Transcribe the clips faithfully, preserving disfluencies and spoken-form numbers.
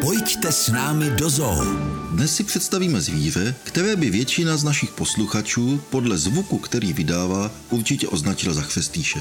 Pojďte s námi do zoo. Dnes si představíme zvíře, které by většina z našich posluchačů podle zvuku, který vydává, určitě označila za chřestýše.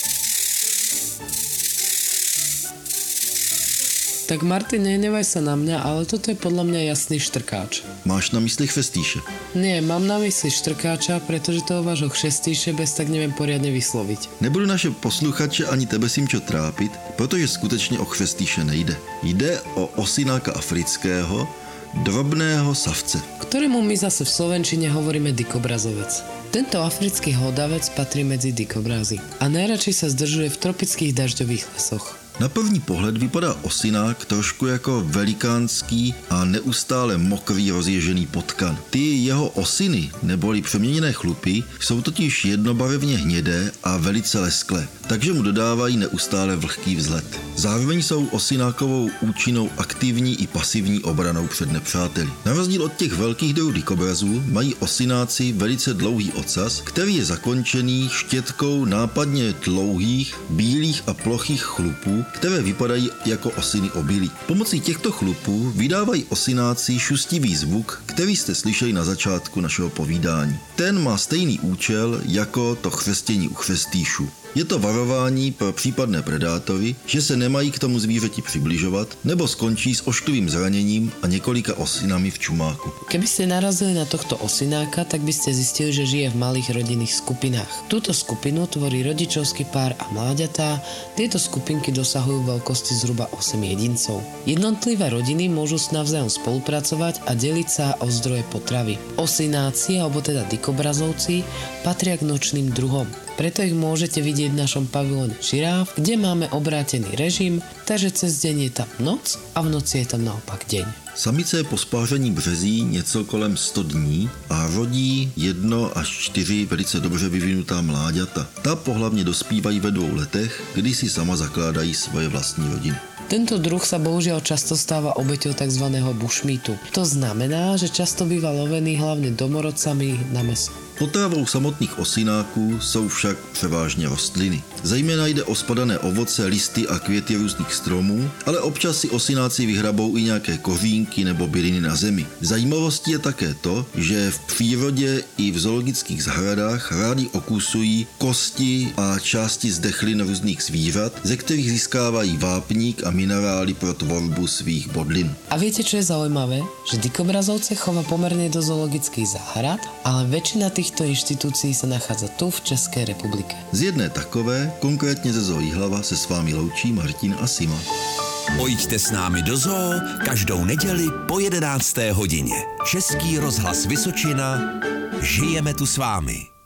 Tak Martin, nehnevaj sa na mňa, ale toto je podľa mňa jasný štrkáč. Máš na mysli chřestýše? Nie, mám na mysli štrkáča, pretože toho vášho chřestýše bez tak neviem poriadne vysloviť. Nebudu naše posluchače ani tebe, Simčo, trápit, protože skutečně o chřestýše nejde. Jde o osináka afrického, drobného savce, Ktorému my zase v slovenčine hovoríme dikobrazovec. Tento africký hlodavec patrí medzi dikobrázy a najradšej sa zdržuje v tropických dažďových lesoch. Na první pohled vypadá osinák trošku jako velikánský a neustále mokrý rozježený potkan. Ty jeho osiny, neboli přeměněné chlupy, jsou totiž jednobarevně hnědé a velice lesklé, takže mu dodávají neustále vlhký vzhled. Zároveň jsou osinákovou účinnou aktivní i pasivní obranou před nepřáteli. Na rozdíl od těch velkých druhů dikobrazů mají osináci velice dlouhý ocas, který je zakončený štětkou nápadně dlouhých, bílých a plochých chlupů, které vypadají jako osiny obilí. Pomocí těchto chlupů vydávají osináci šustivý zvuk, který jste slyšeli na začátku našeho povídání. Ten má stejný účel jako to chřestění u chřestýšů. Je to varování pro případné predátory, že se nemají k tomu zvířeti přibližovat, nebo skončí s ošklivým zraněním a několika osinami v čumáku. Keby ste narazili na tohto osináka, tak by ste zistili, že žije v malých rodinných skupinách. Túto skupinu tvorí rodičovský pár a mláďatá. Tieto skupinky dosahujú veľkosti zhruba osem jedincov. Jednotlivé rodiny môžu navzájom spolupracovať a deliť sa o zdroje potravy. Osináci, alebo teda dikobrazovci, patria k nočným druhom. Preto ich môžete vidieť v našom pavilóne žiráv, kde máme obrátený režim, takže cez deň je tam noc a v noci je tam naopak deň. Samice je po spáření březí něco kolem sto dní a rodí jedno až čtyři velice dobře vyvinutá mláďata. Ta pohlavně dospívají ve dvou letech, kdy si sama zakládají svoje vlastní rodiny. Tento druh sa bohužiaľ často stáva obeťou tzv. Bushmeatu. To znamená, že často býva lovený hlavne domorodcami na mäso. Potravou samotných osináků jsou však převážně rostliny. Zejména jde o spadané ovoce, listy a květy různých stromů, ale občas si osináci vyhrabou i nějaké kořínky nebo byliny na zemi. Zajímavostí je také to, že v přírodě i v zoologických zahradách rádi okusují kosti a části zdechlin různých zvířat, ze kterých získávají vápník a minerály pro tvorbu svých bodlin. A viete, čo je zaujímavé? Že dikobrazovce chová pomerne do zoologických záhrad, ale väčšina týchto inštitúcií sa nachádza tu v České republike. Z jedné takové, konkrétně ze Zoo Jihlava, se s vámi loučí Martin a Sima. Pojďte s námi do zoo každou neděli po jedenácté hodině. Český rozhlas Vysočina. Žijeme tu s vámi.